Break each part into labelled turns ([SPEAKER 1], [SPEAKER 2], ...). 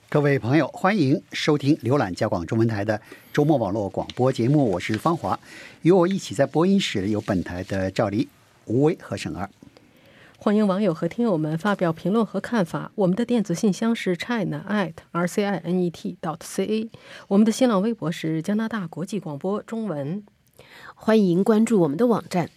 [SPEAKER 1] 各位朋友，欢迎收听浏览加广中文台的周末网络广播节目，我是方华，与我一起在播音室有本台的赵黎、吴威和沈二。
[SPEAKER 2] 欢迎网友和听友们发表评论和看法。我们的电子信箱是 china@rcinet.ca， 我们的新浪微博是加拿大国际广播中文。
[SPEAKER 3] 欢迎关注我们的网站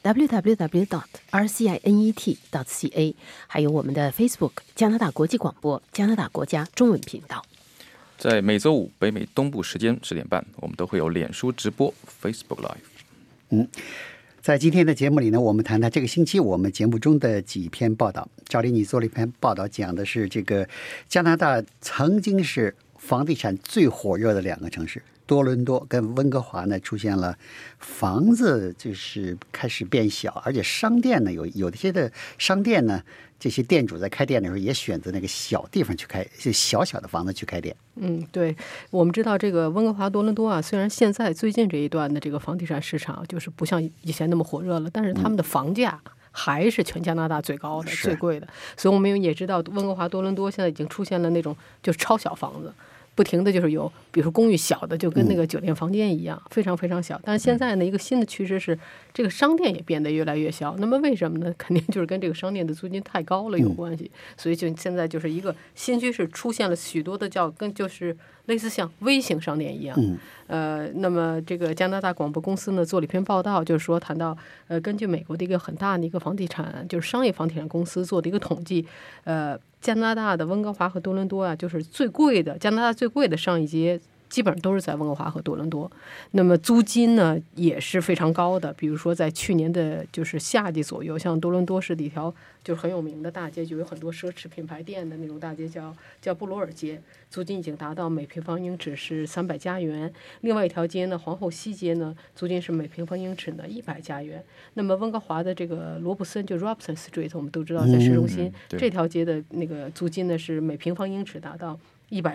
[SPEAKER 3] www.rcinet.ca， 还有我们的 Facebook 加拿大国际广播加拿大国家中文频道。
[SPEAKER 4] 在每周五北美东部时间10点半，我们都会有脸书直播 Facebook Live。
[SPEAKER 1] 在今天的节目里呢，我们谈谈这个星期我们节目中的几篇报道。赵黎，你做了一篇报道，讲的是这个加拿大曾经是房地产最火热的2个城市。多伦多跟温哥华呢，出现了房子就是开始变小，而且商店呢，有的些的商店呢，这些店主在开店的时候也选择那个小地方去开，就小小的房子去开店。
[SPEAKER 2] 对，我们知道这个温哥华、多伦多啊，虽然现在最近这一段的这个房地产市场就是不像以前那么火热了，但是他们的房价还是全加拿大最高的、最贵的。所以我们也知道，温哥华、多伦多现在已经出现了那种就是超小房子。不停的就是有，比如说公寓小的就跟那个酒店房间一样，非常非常小。但是现在呢，一个新的趋势是，这个商店也变得越来越小。那么为什么呢？肯定就是跟这个商店的租金太高了有关系。所以就现在就是一个新趋势，出现了许多的就是类似像微型商店一样。那么这个加拿大广播公司呢做了一篇报道，就是说谈到根据美国的一个很大的一个房地产就是商业房地产公司做的一个统计，加拿大的温哥华和多伦多啊，就是最贵的加拿大最贵的商业街，基本上都是在温哥华和多伦多。那么租金呢也是非常高的，比如说在去年的就是夏季左右，像多伦多市的一条就是很有名的大街，就有很多奢侈品牌店的那种大街，叫布罗尔街，租金已经达到每平方英尺是$300。另外一条街呢，皇后西街呢，租金是每平方英尺呢$100。那么温哥华的这个罗布森就 Robson Street， 我们都知道在市中心，这条街的那个租金呢是每平方英尺达到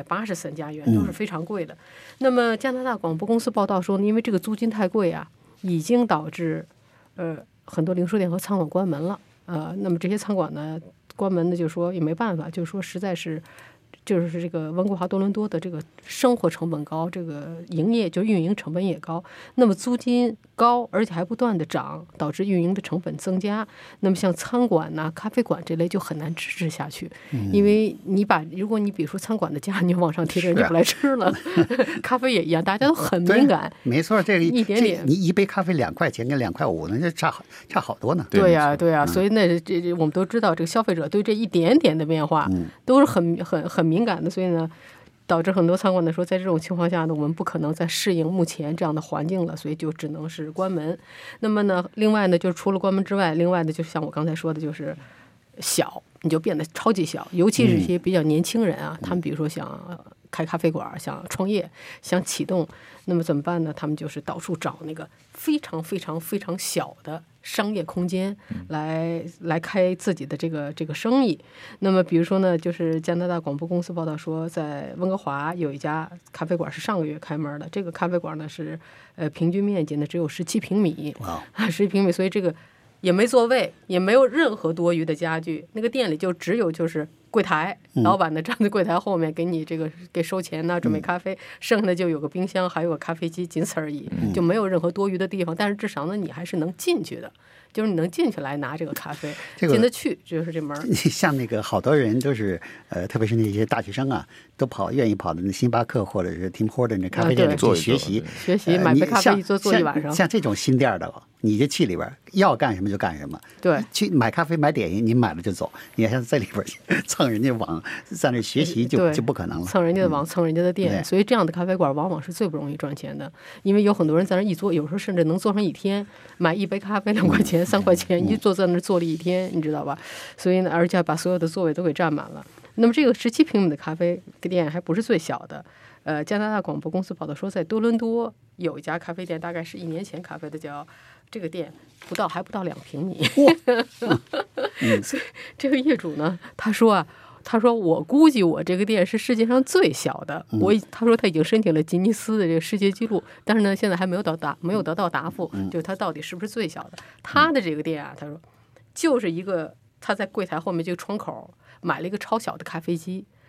[SPEAKER 2] $183，都是非常贵的。那么加拿大广播公司报道说，因为这个租金太贵啊，已经导致很多零售店和餐馆关门了。那么这些餐馆呢关门呢，就说也没办法，就是说实在是。就是这个温哥华、多伦多的这个生活成本高，这个营业就运营成本也高，那么租金高，而且还不断的涨，导致运营的成本增加。那么像餐馆呐、咖啡馆这类就很难支持下去，因为如果你比如说餐馆的价你往上提，人就不来吃了。咖啡也一样，大家都很敏感。
[SPEAKER 1] 没错，这个
[SPEAKER 2] 一点点，
[SPEAKER 1] 你一杯咖啡2块钱跟2块5，那就差好多呢。
[SPEAKER 2] 对呀，所以那这我们都知道，这个消费者对这一点点的变化都是很敏感的，所以呢，导致很多餐馆呢说，在这种情况下呢，我们不可能再适应目前这样的环境了，所以就只能是关门。那么呢，另外呢，就是除了关门之外，另外呢，就像我刚才说的，就是小，你就变得超级小，尤其是一些比较年轻人啊，他们比如说想开咖啡馆，想创业，想启动，那么怎么办呢？他们就是到处找那个非常非常非常小的商业空间来开自己的这个生意。那么比如说呢，就是加拿大广播公司报道说，在温哥华有一家咖啡馆是上个月开门的，这个咖啡馆呢是平均面积呢只有17平米，17平米，所以这个也没座位，也没有任何多余的家具，那个店里就只有就是柜台，老板呢站在柜台后面给你给收钱呢，准备咖啡，剩下的就有个冰箱，还有个咖啡机，仅此而已，就没有任何多余的地方。但是至少呢，你还是能进去的，就是你能进去来拿这个咖啡，进得去就是这门。
[SPEAKER 1] 像那个好多人都是特别是那些大学生啊，都愿意跑到那星巴克或者是 Tim Hortons 那咖啡店里去学习，
[SPEAKER 2] 买杯咖啡一坐一晚上。
[SPEAKER 1] 像这种新店的，你就去里边要干什么就干什么。
[SPEAKER 2] 对，
[SPEAKER 1] 去买咖啡买点心，你买了就走。你还在里边蹭人家网，在那学习就不可能了。
[SPEAKER 2] 蹭人家的网，蹭人家的店，所以这样的咖啡馆往往是最不容易赚钱的，因为有很多人在那一坐，有时候甚至能坐上一天，买一杯咖啡2块钱、3块钱，一坐在那坐了一天，你知道吧？所以呢，而且把所有的座位都给占满了。那么这个17平米的咖啡店还不是最小的。加拿大广播公司报道说，在多伦多有一家咖啡店，大概是1年前咖啡的，叫这个店还不到2平米。所以这个业主呢，他说我估计我这个店是世界上最小的。他说他已经申请了吉尼斯的这个世界纪录，但是呢，现在还没有得到答复，就是他到底是不是最小的。他的这个店啊，他说就是他在柜台后面这个窗口买了一个超小的咖啡机，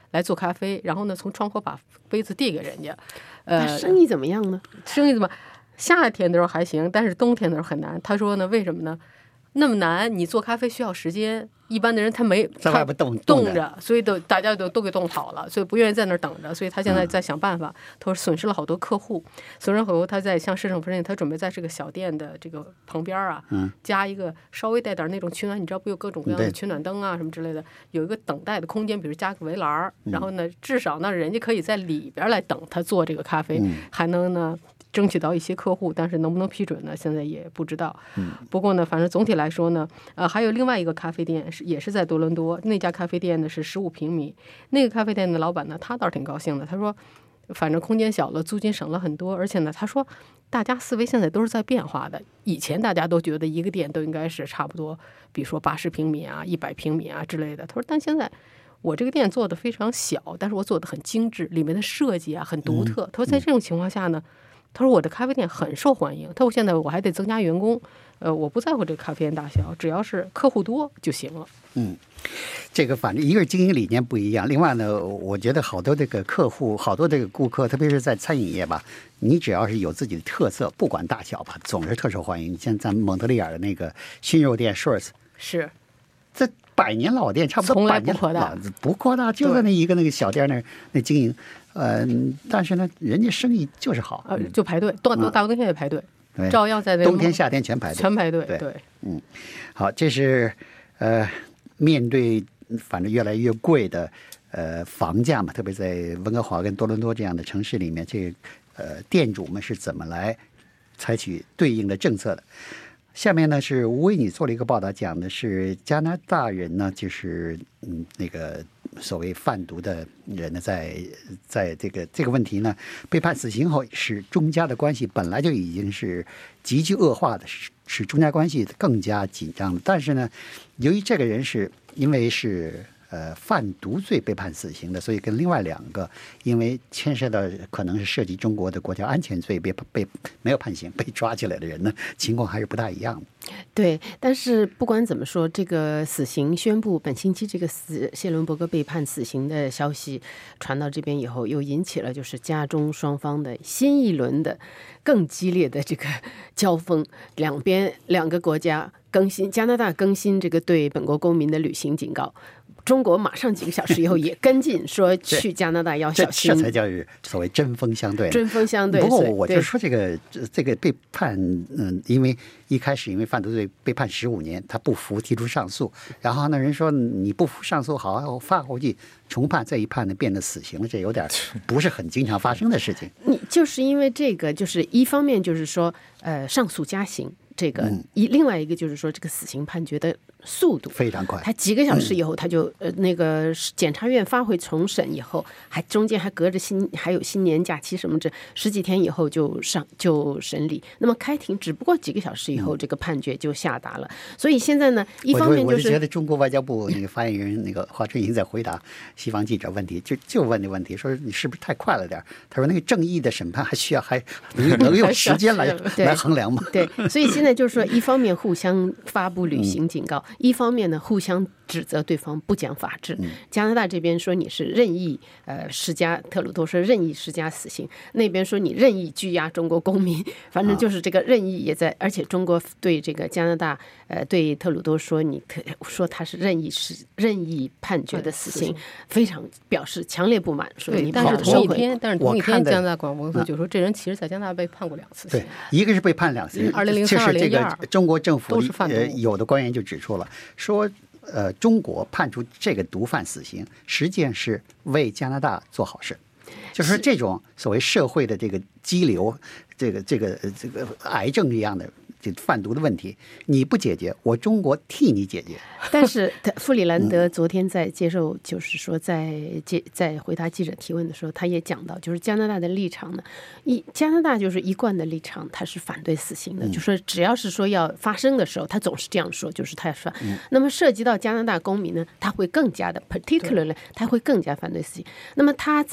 [SPEAKER 2] 来做咖啡，然后呢从窗口把杯子递给人家。
[SPEAKER 3] 他生意怎么样呢？
[SPEAKER 2] 生意怎么？夏天的时候还行，但是冬天的时候很难。他说呢，为什么呢？那么难，你做咖啡需要时间，一般的人他没
[SPEAKER 1] 在外边
[SPEAKER 2] 冻着，所以大家都给冻跑了，所以不愿意在那儿等着，所以他现在在想办法。他说损失了好多客户，损失了好多。他在向市政府申请，他准备在这个小店的这个旁边啊，加一个稍微带点那种取暖，你知道不有各种各样的取暖灯啊什么之类的，有一个等待的空间，比如加个围栏，然后呢，至少呢人家可以在里边来等他做这个咖啡，还能呢争取到一些客户，但是能不能批准呢？现在也不知道。不过呢，反正总体来说呢，还有另外一个咖啡店也是在多伦多，那家咖啡店呢是15平米，那个咖啡店的老板呢，他倒是挺高兴的，他说，反正空间小了，租金省了很多，而且呢，他说，大家思维现在都是在变化的，以前大家都觉得一个店都应该是差不多，比如说80平米啊、100平米啊之类的，他说，但现在我这个店做的非常小，但是我做的很精致，里面的设计啊很独特。他说，在这种情况下呢，他说我的咖啡店很受欢迎。他说现在我还得增加员工，我不在乎这个咖啡店大小，只要是客户多就行了。
[SPEAKER 1] 这个反正一个是经营理念不一样，另外呢，我觉得好多这个客户、好多这个顾客，特别是在餐饮业吧，你只要是有自己的特色，不管大小吧，总是特受欢迎。像咱们蒙特利尔的那个新肉店 Shorts，
[SPEAKER 2] 是
[SPEAKER 1] 这100年老店，差不多
[SPEAKER 2] 从来
[SPEAKER 1] 100年
[SPEAKER 2] 不扩大，
[SPEAKER 1] 不扩大，就在那一个那个小店那经营。但是呢，人家生意就是好，
[SPEAKER 2] 就排队，大冬天也排队，照样在那
[SPEAKER 1] 冬天夏天全排队，
[SPEAKER 2] 对，
[SPEAKER 1] 好，这是面对反正越来越贵的房价嘛，特别在温哥华跟多伦多这样的城市里面，这个店主们是怎么来采取对应的政策的？下面呢是吴为你做了一个报道，讲的是加拿大人呢，就是那个所谓贩毒的人呢，在这个问题呢被判死刑后，使中加的关系本来就已经是急剧恶化的，使中加关系更加紧张了。但是呢，由于这个人是因为是贩毒罪被判死刑的，所以跟另外2个因为牵涉到可能是涉及中国的国家安全罪被没有判刑被抓起来的人呢，情况还是不大一样的。
[SPEAKER 3] 对，但是不管怎么说，这个死刑宣布，本星期这个谢伦伯格被判死刑的消息传到这边以后，又引起了就是加中双方的新一轮的更激烈的这个交锋，两个国家更新，加拿大更新这个对本国公民的旅行警告。中国马上几个小时以后也跟进，说去加拿大要小心，
[SPEAKER 1] 这才叫所谓针锋相对。
[SPEAKER 3] 针锋相对。
[SPEAKER 1] 不过我就说这个被判，因为一开始因为贩毒罪被判15年，他不服提出上诉，然后呢人说你不服上诉好，我发回去重判，这一判呢变得死刑了，这有点不是很经常发生的事情。
[SPEAKER 3] 你就是因为这个，就是一方面就是说上诉加刑。这个另外一个就是说，这个死刑判决的速度
[SPEAKER 1] 非常快，
[SPEAKER 3] 他几个小时以后他就那个检察院发回重审以后，还中间还隔着还有新年假期什么这10几天以后就审理。那么开庭只不过几个小时以后，这个判决就下达了。所以现在呢，一方面就是
[SPEAKER 1] 我觉得中国外交部那个发言人那个华春莹在回答西方记者问题，就问那问题，说你是不是太快了点？他说那个正义的审判还能用时间来衡量吗？
[SPEAKER 3] 对，所以现在就是说，一方面互相发布旅行警告，一方面呢互相指责对方不讲法治。加拿大这边说你是任意施加，特鲁多说任意施加死刑，那边说你任意拘押中国公民，反正就是这个任意也在，而且中国对这个加拿大对特鲁多说说他是任意判决的死刑，非常表示强烈不满，说你
[SPEAKER 2] 但是同一天加拿大广播公司就说这人其实在加拿大被判过2次刑，
[SPEAKER 1] 对，一个是被判2次刑
[SPEAKER 2] ，2002、
[SPEAKER 1] 这个中国政府有的官员就指出了，说中国判处这个毒贩死刑，实际上是为加拿大做好事，就是说这种所谓社会的这个激流，这个癌症一样的这贩毒的问题，你不解决，我中国替你解决。
[SPEAKER 3] 但是弗里兰德昨天在接受，就是说在回答记者提问的时候，他也讲到，就是加拿大的立场呢，加拿大就是一贯的立场，他是反对死刑的，就说只要是说要发生的时候，他总是这样说，就是他说，那么涉及到加拿大公民呢，他会更加的 particularly， 他会更加反对死刑。那么他在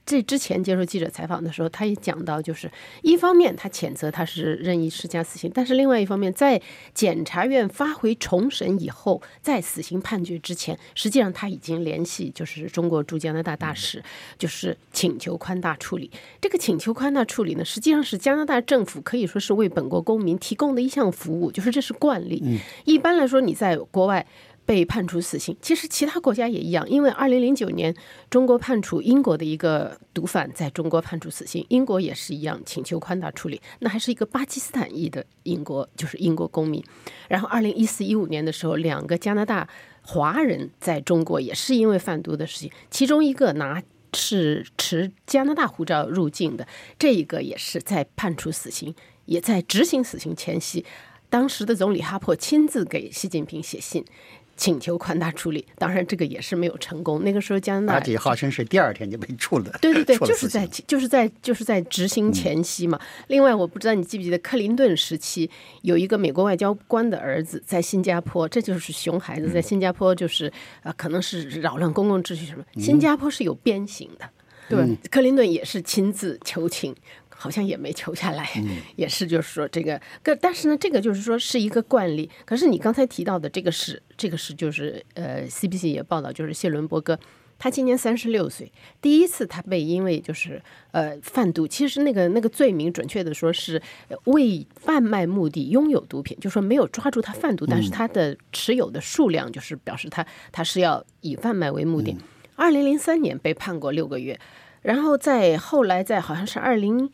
[SPEAKER 3] 这之前接受记者采访的时候，他也讲到，就是一方面他谴责他是任意施加死刑，但是另外一方面，在检察院发回重审以后，在死刑判决之前，实际上他已经联系就是中国驻加拿大大使，就是请求宽大处理。这个请求宽大处理呢，实际上是加拿大政府可以说是为本国公民提供的一项服务，就是这是惯例。一般来说，你在国外被判处死刑，其实其他国家也一样，因为2009年中国判处英国的一个毒贩在中国判处死刑，英国也是一样请求宽大处理，那还是一个巴基斯坦裔的英国，就是英国公民。然后2014-15年的时候，2个加拿大华人在中国也是因为贩毒的事情，其中一个是持加拿大护照入境的，这一个也是在判处死刑，也在执行死刑前夕，当时的总理哈珀亲自给习近平写信请求宽大处理，当然这个也是没有成功。那个时候加拿大，
[SPEAKER 1] 而且号称是第2天就被处了。
[SPEAKER 3] 对，就是在执行前夕嘛。另外，我不知道你记不记得克林顿时期有一个美国外交官的儿子在新加坡，这就是熊孩子，在新加坡就是可能是扰乱公共秩序什么。新加坡是有鞭刑的，对，克林顿也是亲自求情。好像也没求下来，也是就是说这个，但是呢，这个就是说是一个惯例。可是你刚才提到的这个是就是CBC 也报道，就是谢伦伯格，他今年36岁，第一次他被因为就是贩毒，其实那个罪名准确的说是为贩卖目的拥有毒品，就是说没有抓住他贩毒，但是他的持有的数量就是表示他是要以贩卖为目的。2003年被判过6个月，然后后来在好像是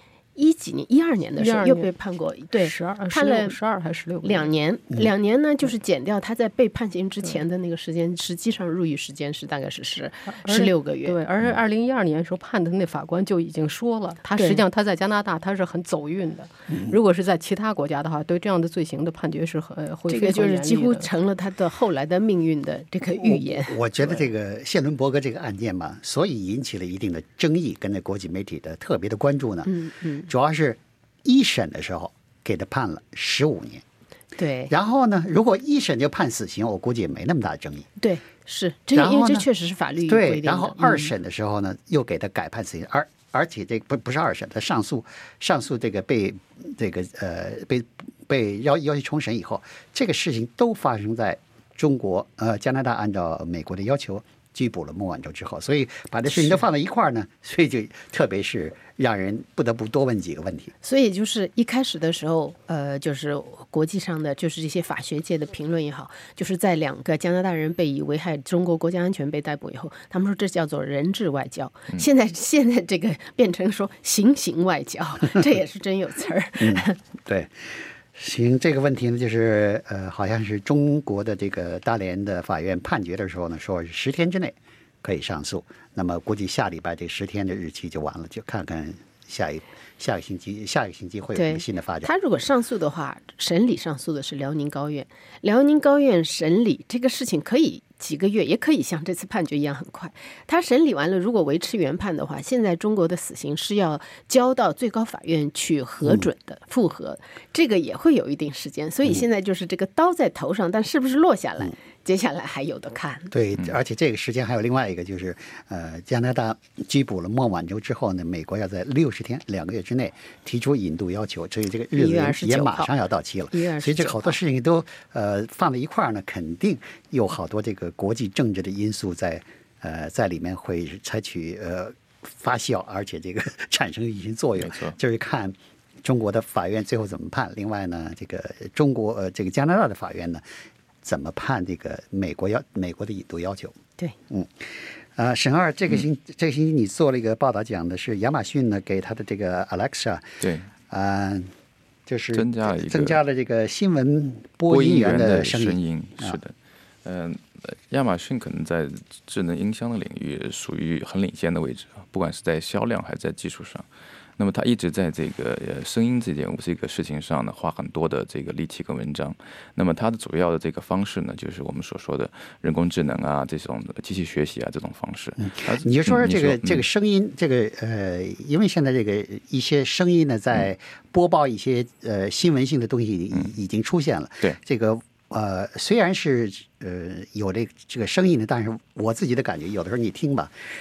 [SPEAKER 3] 12年的时候又被判过，对，判了
[SPEAKER 2] 12还是16
[SPEAKER 3] 2年，2年呢就是减掉他在被判刑之前的那个时间，实际上入狱时间是大概是16个月。
[SPEAKER 2] 对，而2012年时候判的那法官就已经说了，他实际上他在加拿大他是很走运的，如果是在其他国家的话，对这样的罪行的判决是会
[SPEAKER 3] 这个就是几乎成了他的后来的命运的这个预言。
[SPEAKER 1] 我觉得这个谢伦伯格这个案件嘛，所以引起了一定的争议，跟那国际媒体的特别的关注呢。主要是1审的时候给他判了15年，
[SPEAKER 3] 对。
[SPEAKER 1] 然后呢，如果1审就判死刑，我估计也没那么大争议。
[SPEAKER 3] 对，是这个，因为这确实是法律规定的。
[SPEAKER 1] 对，然后2审的时候呢，又给他改判死刑，而且这个不是2审，他上诉这个被要求重审以后，这个事情都发生在中国加拿大按照美国的要求拘捕了孟晚舟之后，所以把这事情都放在一块儿呢，所以就特别是让人不得不多问几个问题。
[SPEAKER 3] 所以就是一开始的时候，就是国际上的就是这些法学界的评论也好，就是在2个加拿大人被以危害中国国家安全被逮捕以后，他们说这叫做人质外交。现在这个变成说行刑外交，这也是真有词儿。
[SPEAKER 1] 对。行，这个问题呢，就是好像是中国的这个大连的法院判决的时候呢，说是10天之内可以上诉。那么估计下礼拜这10天的日期就完了，就看看下一个星期会有什么新的发展。
[SPEAKER 3] 他如果上诉的话，审理上诉的是辽宁高院，辽宁高院审理这个事情可以几个月，也可以像这次判决一样很快。他审理完了，如果维持原判的话，现在中国的死刑是要交到最高法院去核准的，复核，这个也会有一定时间。所以现在就是这个刀在头上，但是不是落下来，接下来还有的看。
[SPEAKER 1] 对，而且这个时间还有另外一个，就是加拿大拘捕了孟晚舟之后呢，美国要在60天2个月之内提出引渡要求，所以这个日子也马上要到期了。所以这好多事情都放在一块儿呢，肯定有好多这个国际政治的因素在里面会采取发酵，而且这个产生一些作用。就是看中国的法院最后怎么判。另外呢，这个这个加拿大的法院呢，怎么判这个美国的引渡要求？
[SPEAKER 3] 对，
[SPEAKER 1] 沈二，这个星期你做了一个报道，讲的是亚马逊呢给他的这个 Alexa，
[SPEAKER 4] 对，
[SPEAKER 1] 就是
[SPEAKER 4] 增
[SPEAKER 1] 加了这个新闻播音员的声
[SPEAKER 4] 音。是的，亚马逊可能在智能音箱的领域属于很领先的位置，不管是在销量还是在技术上。那么他一直在这个声音这个事情上呢，花很多的这个力气跟文章。那么它的主要的这个方式呢，就是我们所说的人工智能啊，这种机器学习啊这种方式。
[SPEAKER 1] 你就说这个声音，这个因为现在这个一些声音呢，在播报一些新闻性的东西已经出现了。
[SPEAKER 4] 对，
[SPEAKER 1] 这个虽然是有这个声音的，但是我自己的感觉，有的时候你听吧。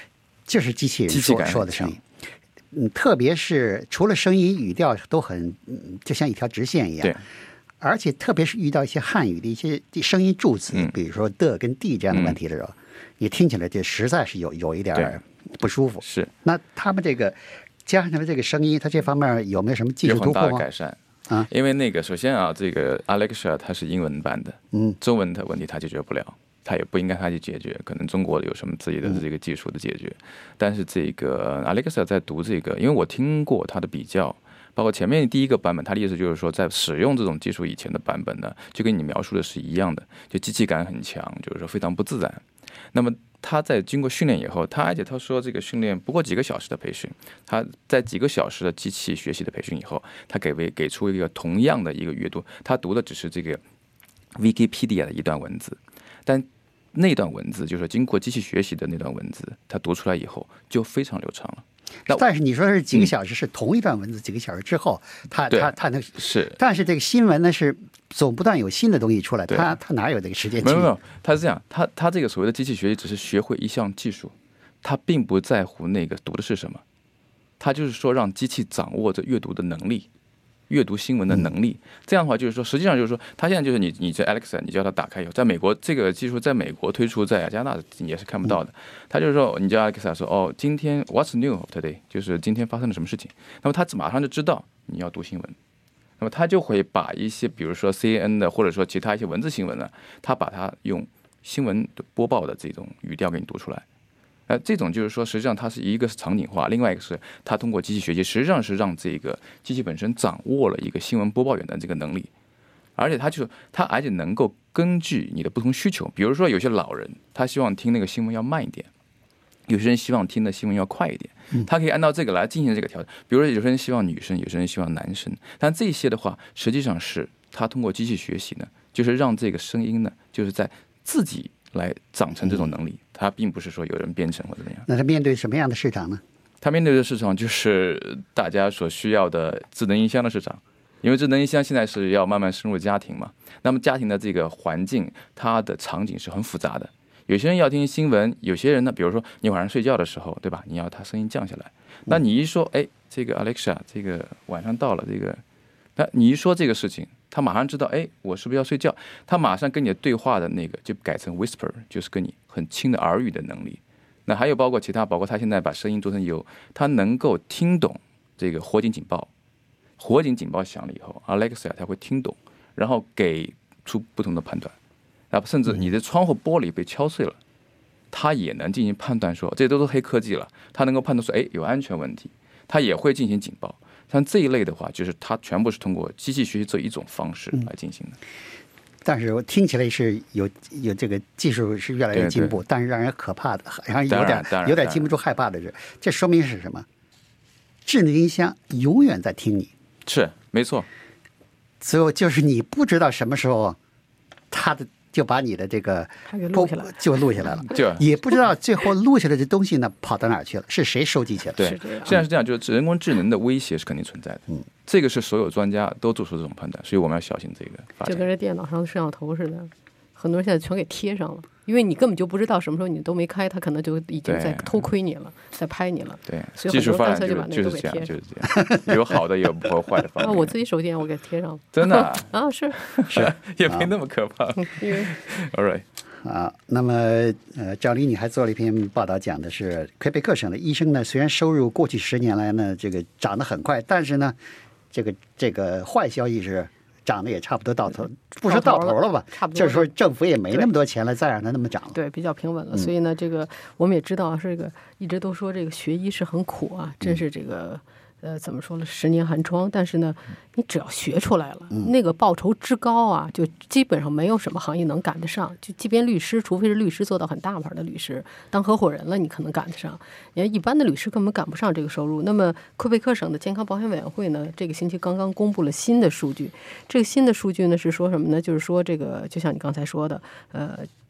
[SPEAKER 1] 就是机器人说的声音。特别是除了声音语调都很就像一条直线一样。
[SPEAKER 4] 对。
[SPEAKER 1] 而且特别是遇到一些汉语的一些声音助词，比如说的跟地这样的问题的时候，你听起来就实在是有一点不舒服。
[SPEAKER 4] 是。那
[SPEAKER 1] 他们这个加上了这个声音，它这方面有没有什么技术突破吗？
[SPEAKER 4] 有很大的改善啊。因为那个首先啊，这个 Alexa 它是英文版的，中文的问题它解决不了，它也不应该它去解决，可能中国有什么自己的这个技术的解决。但是这个 Alexa 在读这个，因为我听过它的比较。包括前面第一个版本，它的意思就是说，在使用这种技术以前的版本呢，就跟你描述的是一样的，就机器感很强，就是说非常不自然。那么它在经过训练以后，而且他说这个训练不过几个小时的培训，他在几个小时的机器学习的培训以后，他给出一个同样的一个阅读，他读的只是这个 Wikipedia 的一段文字，但那段文字就是经过机器学习的那段文字，他读出来以后就非常流畅了。
[SPEAKER 1] 但是你说是几个小时，是同一段文字，几个小时之后，他那
[SPEAKER 4] 是，
[SPEAKER 1] 但是这个新闻呢是总不断有新的东西出来，他哪有这个时间？
[SPEAKER 4] 没有，他是这样，他这个所谓的机器学习只是学会一项技术，他并不在乎那个读的是什么，他就是说让机器掌握着阅读的能力。阅读新闻的能力，这样的话就是说，实际上就是说，他现在就是你这 Alexa， 你叫他打开以后，在美国这个技术在美国推出，在加拿大也是看不到的。他就是说，你叫 Alexa 说，哦，今天 What's new today， 就是今天发生了什么事情，那么他马上就知道你要读新闻，那么他就会把一些比如说 CNN 的或者说其他一些文字新闻呢，他把它用新闻播报的这种语调给你读出来。这种就是说，实际上它是一个是场景化，另外一个是它通过机器学习，实际上是让这个机器本身掌握了一个新闻播报员的这个能力，而且而且能够根据你的不同需求，比如说有些老人他希望听那个新闻要慢一点，有些人希望听的新闻要快一点，他可以按照这个来进行这个调整。比如说有些人希望女生，有些人希望男生，但这些的话，实际上是他通过机器学习呢，就是让这个声音呢，就是在自己来长成这种能力，它并不是说有人编程或者怎么样。
[SPEAKER 1] 那它面对什么样的市场呢？
[SPEAKER 4] 它面对的市场就是大家所需要的智能音箱的市场，因为智能音箱现在是要慢慢深入家庭嘛。那么家庭的这个环境，它的场景是很复杂的。有些人要听新闻，有些人呢，比如说你晚上睡觉的时候，对吧？你要它声音降下来，那你一说，哎，这个 Alexa， 这个晚上到了，这个，那你一说这个事情。他马上知道，哎，我是不是要睡觉？他马上跟你的对话的那个就改成 whisper， 就是跟你很轻的耳语的能力。那还有包括其他，包括他现在把声音做成有，他能够听懂这个火警警报，火警警报响了以后 ，Alexa 他会听懂，然后给出不同的判断。然后甚至你的窗户玻璃被敲碎了，他也能进行判断说，这都是黑科技了，他能够判断说，哎，有安全问题，他也会进行警报。像这一类的话，就是它全部是通过机器学习这一种方式来进行的。
[SPEAKER 1] 但是我听起来是有这个技术是越来越进步，但是让人可怕的，然后有点禁不住害怕的是，这说明是什么？智能音箱永远在听你，
[SPEAKER 4] 是没错。
[SPEAKER 1] 所以就是你不知道什么时候，它的就把你的这个
[SPEAKER 2] 录下来，
[SPEAKER 1] 就录下来了，也不知道最后录下来的东西呢跑到哪儿去了，是谁收集起来的？
[SPEAKER 4] 对，现在是这样，就是人工智能的威胁是肯定存在的。这个是所有专家都做出这种判断，所以我们要小心这个发展。
[SPEAKER 2] 就跟这电脑上的摄像头似的，很多人现在全给贴上了，因为你根本就不知道什么时候你都没开，他可能就已经在偷窥你了，在拍你了。
[SPEAKER 4] 对，
[SPEAKER 2] 所以很多人干脆就把那个都给贴上。
[SPEAKER 4] 就是这样，有好的也有坏的方面。
[SPEAKER 2] 我自己手电我给贴上了，
[SPEAKER 4] 真的
[SPEAKER 2] 啊，是
[SPEAKER 4] 也没那么可怕。All right。
[SPEAKER 1] 那么赵黎，你还做了一篇报道，讲的是魁北克省的医生呢，虽然收入过去10年来呢这个涨得很快，但是呢，这个坏消息是涨得也差不多到头，不说到头了吧，
[SPEAKER 2] 差不多，
[SPEAKER 1] 就是说政府也没那么多钱了，再让它那么涨了。
[SPEAKER 2] 对，比较平稳了。所以呢，这个我们也知道啊，这个一直都说这个学医是很苦啊，真是这个。怎么说呢？10年寒窗，但是呢，你只要学出来了，那个报酬之高啊，就基本上没有什么行业能赶得上。就即便律师，除非是律师做到很大牌的律师，当合伙人了，你可能赶得上。你看一般的律师根本赶不上这个收入。那么魁北克省的健康保险委员会呢，这个星期刚刚公布了新的数据。这个新的数据呢是说什么呢？就是说这个就像你刚才说的，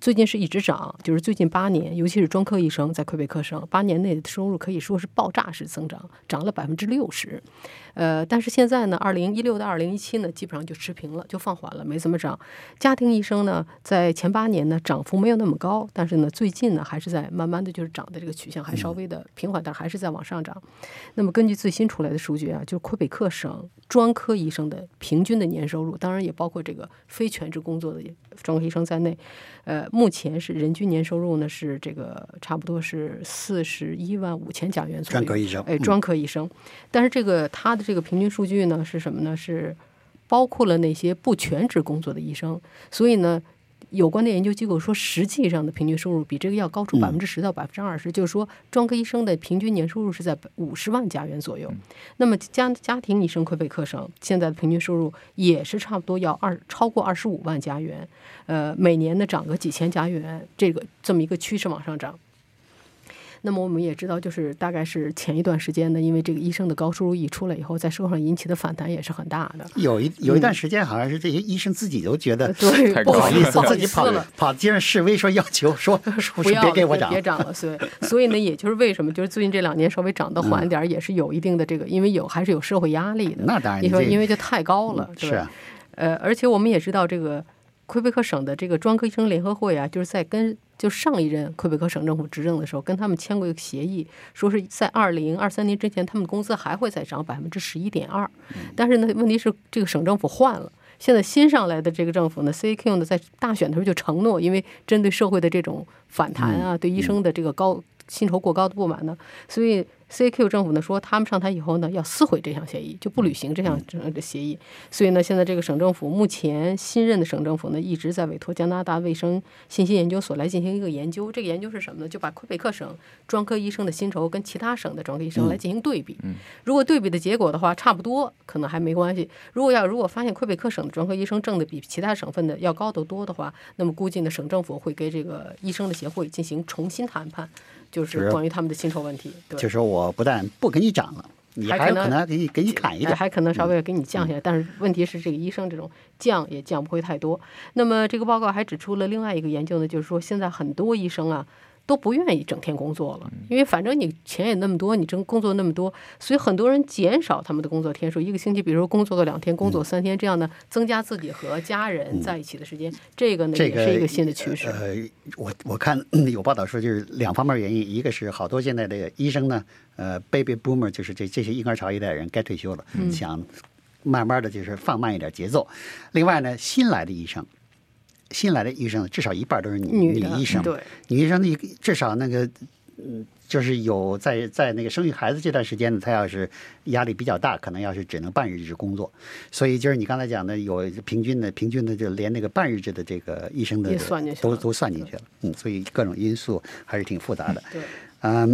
[SPEAKER 2] 最近是一直涨，就是最近8年，尤其是专科医生在魁北克省8年内的收入可以说是爆炸式增长，涨了60%。但是现在呢，2016到2017呢，基本上就持平了，就放缓了，没怎么涨。家庭医生呢，在前8年呢，涨幅没有那么高，但是呢，最近呢，还是在慢慢的就是涨的这个曲线还稍微的平缓，但还是在往上涨。那么根据最新出来的数据啊，就是魁北克省专科医生的平均的年收入，当然也包括这个非全职工作的专科医生在内，目前是人均年收入呢是这个差不多是41.5万加元左右。
[SPEAKER 1] 专科医生，
[SPEAKER 2] 专科医生，但是这个他的这个平均数据呢是什么呢？是包括了那些不全职工作的医生，所以呢，有关的研究机构说，实际上的平均收入比这个要高出10%到20%，就是说专科医生的平均年收入是在50万加元左右。那么家庭医生魁北克省现在的平均收入也是差不多要超过25万加元，每年呢涨个几千加元，这么一个趋势往上涨。那么我们也知道，就是大概是前一段时间呢，因为这个医生的高收入一出来以后，在社会上引起的反弹也是很大的。
[SPEAKER 1] 有一段时间，好像是这些医生自己都觉得
[SPEAKER 2] 对
[SPEAKER 1] 不好意思，自己
[SPEAKER 2] 了
[SPEAKER 1] 跑街上示威，说要求说
[SPEAKER 2] 不要
[SPEAKER 1] 别给我涨，
[SPEAKER 2] 别涨了。所以呢，也就是为什么就是最近这2年稍微涨得缓一点，也是有一定的这个，因为还是有社会压力的。
[SPEAKER 1] 那当然，
[SPEAKER 2] 因为就太高了，
[SPEAKER 1] 是啊。
[SPEAKER 2] 而且我们也知道这个。魁北克省的这个专科医生联合会啊，就是在就上一任魁北克省政府执政的时候，跟他们签过一个协议，说是在2023年之前，他们的工资还会再涨11.2%。但是呢，问题是这个省政府换了，现在新上来的这个政府呢 ，CAQ 呢在大选的时候就承诺，因为针对社会的这种反弹啊，对医生的这个薪酬过高的不满呢，所以 CAQ 政府呢说，他们上台以后呢要撕毁这项协议，就不履行这项协议。所以呢，现在这个省政府目前新任的省政府呢一直在委托加拿大卫生信息研究所来进行一个研究。这个研究是什么呢？就把魁北克省专科医生的薪酬跟其他省的专科医生来进行对比。如果对比的结果的话差不多，可能还没关系。如果发现魁北克省的专科医生挣的比其他省份的要高得多的话，那么估计呢省政府会给这个医生的协会进行重新谈判。就是关于他们的薪酬问题，对，
[SPEAKER 1] 就说我不但不给你涨了，你还有可能给你砍一点，
[SPEAKER 2] 还可能稍微给你降下来。但是问题是，这个医生这种降也降不会太多。那么这个报告还指出了另外一个研究呢，就是说现在很多医生啊都不愿意整天工作了，因为反正你钱也那么多，你工作那么多，所以很多人减少他们的工作天数，一个星期比如说工作个2天，工作3天，这样呢增加自己和家人在一起的时间。这个呢也是一个新的趋势。
[SPEAKER 1] 我看有报道说，就是2方面原因，一个是好多现在的医生呢，baby boomer 就是这些婴儿潮一代人该退休了，想慢慢的就是放慢一点节奏。另外呢，新来的医生至少一半都是女医生，
[SPEAKER 2] 对，
[SPEAKER 1] 女医生至少那个就是有在那个生育孩子这段时间呢，她要是压力比较大，可能要是只能半日制工作，所以就是你刚才讲的有平均的就连那个半日制的这个医生的都算进去了，所以各种因素还是挺复杂的。
[SPEAKER 2] 对，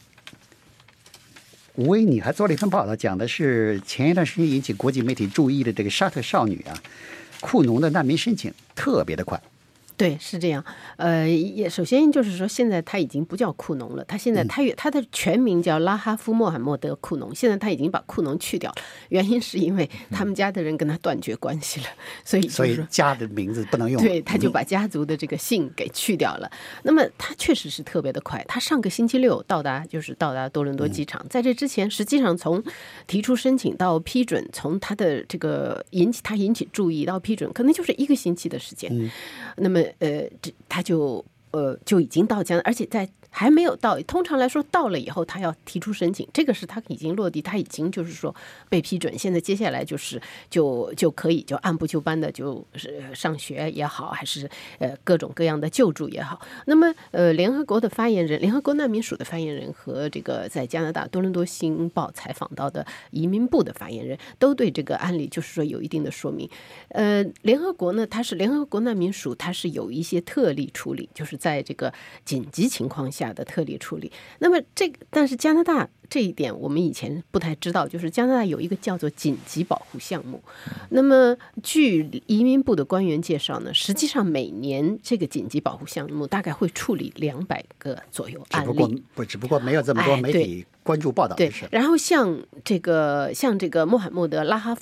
[SPEAKER 1] 吴威，你还做了一份报道，讲的是前一段时间引起国际媒体注意的这个沙特少女啊，库农的难民申请特别的快。
[SPEAKER 3] 对，是这样。也首先就是说，现在他已经不叫库农了，他现在他的全名叫拉哈夫·穆罕默德·库农。现在他已经把库农去掉了，原因是因为他们家的人跟他断绝关系了，所以
[SPEAKER 1] 家的名字不能用。
[SPEAKER 3] 对，他就把家族的这个姓给去掉了。那么他确实是特别的快，他上个星期六到达多伦多机场，在这之前，实际上从提出申请到批准，从他的这个引起注意到批准，可能就是1个星期的时间。那么他就已经到加拿大，而且在还没有到，通常来说到了以后他要提出申请，这个是他已经落地，他已经就是说被批准，现在接下来就可以就按部就班的就是上学也好，还是各种各样的救助也好。那么联合国难民署的发言人和这个在加拿大多伦多新报采访到的移民部的发言人都对这个案例就是说有一定的说明。联合国难民署它是有一些特例处理，就是在这个紧急情况下的特例处理。那么但是加拿大这一点我们以前不太知道，就是加拿大有一个叫做紧急保护项目。那么据移民部的官员介绍呢，实际上每年这个紧急保护项目大概会处理200个左右案例，
[SPEAKER 1] 只不过没有这么多媒体关注报道的事。
[SPEAKER 3] 然后像这个穆罕默德拉哈夫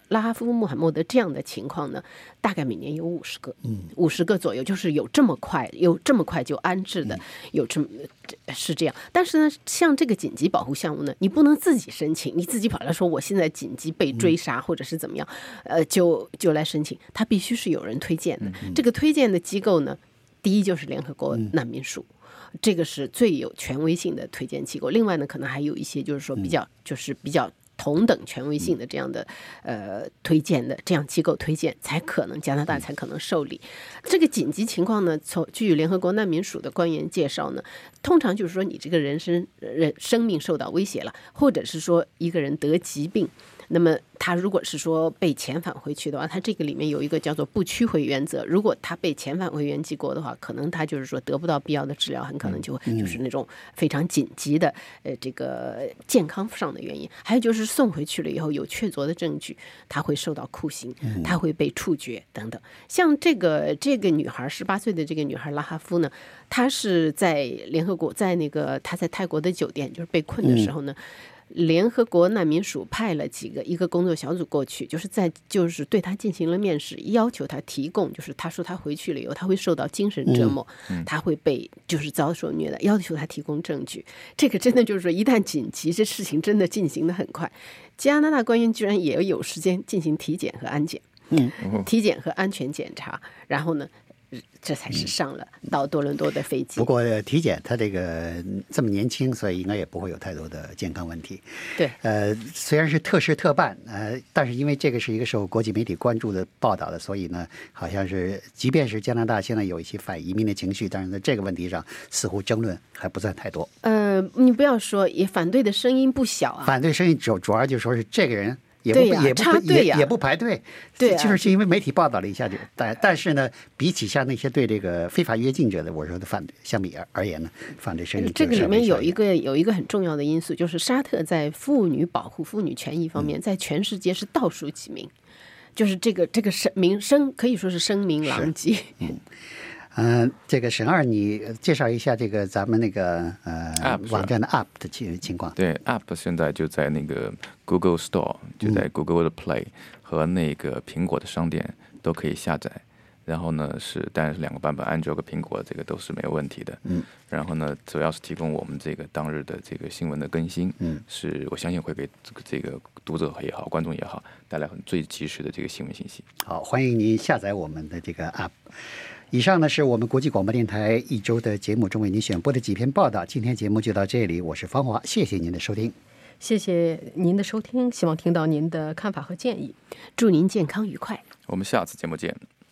[SPEAKER 3] 拉哈夫穆罕默德这样的情况呢，大概每年有50个，50个左右，就是有这么快就安置的，有这么是这样。但是呢，像这个紧急保护项目呢，你不能自己申请，你自己跑来说我现在紧急被追杀或者是怎么样，就来申请，它必须是有人推荐的。这个推荐的机构呢，第一就是联合国难民署。这个是最有权威性的推荐机构。另外呢，可能还有一些就是说比较同等权威性的这样的推荐的这样机构推荐，才可能加拿大才可能受理。这个紧急情况呢，据联合国难民署的官员介绍呢，通常就是说你这个生命受到威胁了，或者是说一个人得疾病。那么他如果是说被遣返回去的话，他这个里面有一个叫做不驱回原则。如果他被遣返回原籍国的话，可能他就是说得不到必要的治疗，很可能就是那种非常紧急的这个健康上的原因。还有就是送回去了以后有确凿的证据，他会受到酷刑，他会被处决等等。像这个女孩18岁的这个女孩拉哈夫呢，她是在联合国在那个她在泰国的酒店就是被困的时候呢。联合国难民署派了一个工作小组过去，就是对他进行了面试，要求他提供，就是他说他回去了以后他会受到精神折磨，他会被就是遭受虐待，要求他提供证据。这个真的就是说，一旦紧急，这事情真的进行得很快。加拿大官员居然也有时间进行体检和安检，体检和安全检查，然后呢。这才是上了到多伦多的飞机。
[SPEAKER 1] 不过体检他这个这么年轻，所以应该也不会有太多的健康问题。
[SPEAKER 3] 对，
[SPEAKER 1] 虽然是特事特办，但是因为这个是一个受国际媒体关注的报道的，所以呢，好像是即便是加拿大现在有一些反移民的情绪，但是在这个问题上似乎争论还不算太多。
[SPEAKER 3] 你不要说，也反对的声音不小啊。
[SPEAKER 1] 反对声音主要就说是这个人。也不排队，
[SPEAKER 3] 对，
[SPEAKER 1] 就是因为媒体报道了一下就，但是呢，比起像那些对这个非法约境者的我说的反对相比而言呢，反对声音
[SPEAKER 3] 这个里面有一个很重要的因素，就是沙特在妇女保护、妇女权益方面，在全世界是倒数几名，就是这个可以说是声名狼藉。
[SPEAKER 1] 这个沈二，你介绍一下这个咱们那个网站的 App 的情况。
[SPEAKER 4] 对 ，App 现在就在那个 Google Store， 就在 Google 的 Play 和那个苹果的商店都可以下载。然后呢当然是2个版本，安卓和苹果这个都是没有问题的。然后呢，主要是提供我们这个当日的这个新闻的更新。是我相信会给这个读者也好、观众也好带来最及时的这个新闻信息。
[SPEAKER 1] 好，欢迎您下载我们的这个 App。以上呢是我们国际广播电台一周的节目中为您选播的几篇报道。今天节目就到这里，我是方华，谢谢您的收听。
[SPEAKER 2] 谢谢您的收听，希望听到您的看法和建议，
[SPEAKER 3] 祝您健康愉快。
[SPEAKER 4] 我们下次节目见。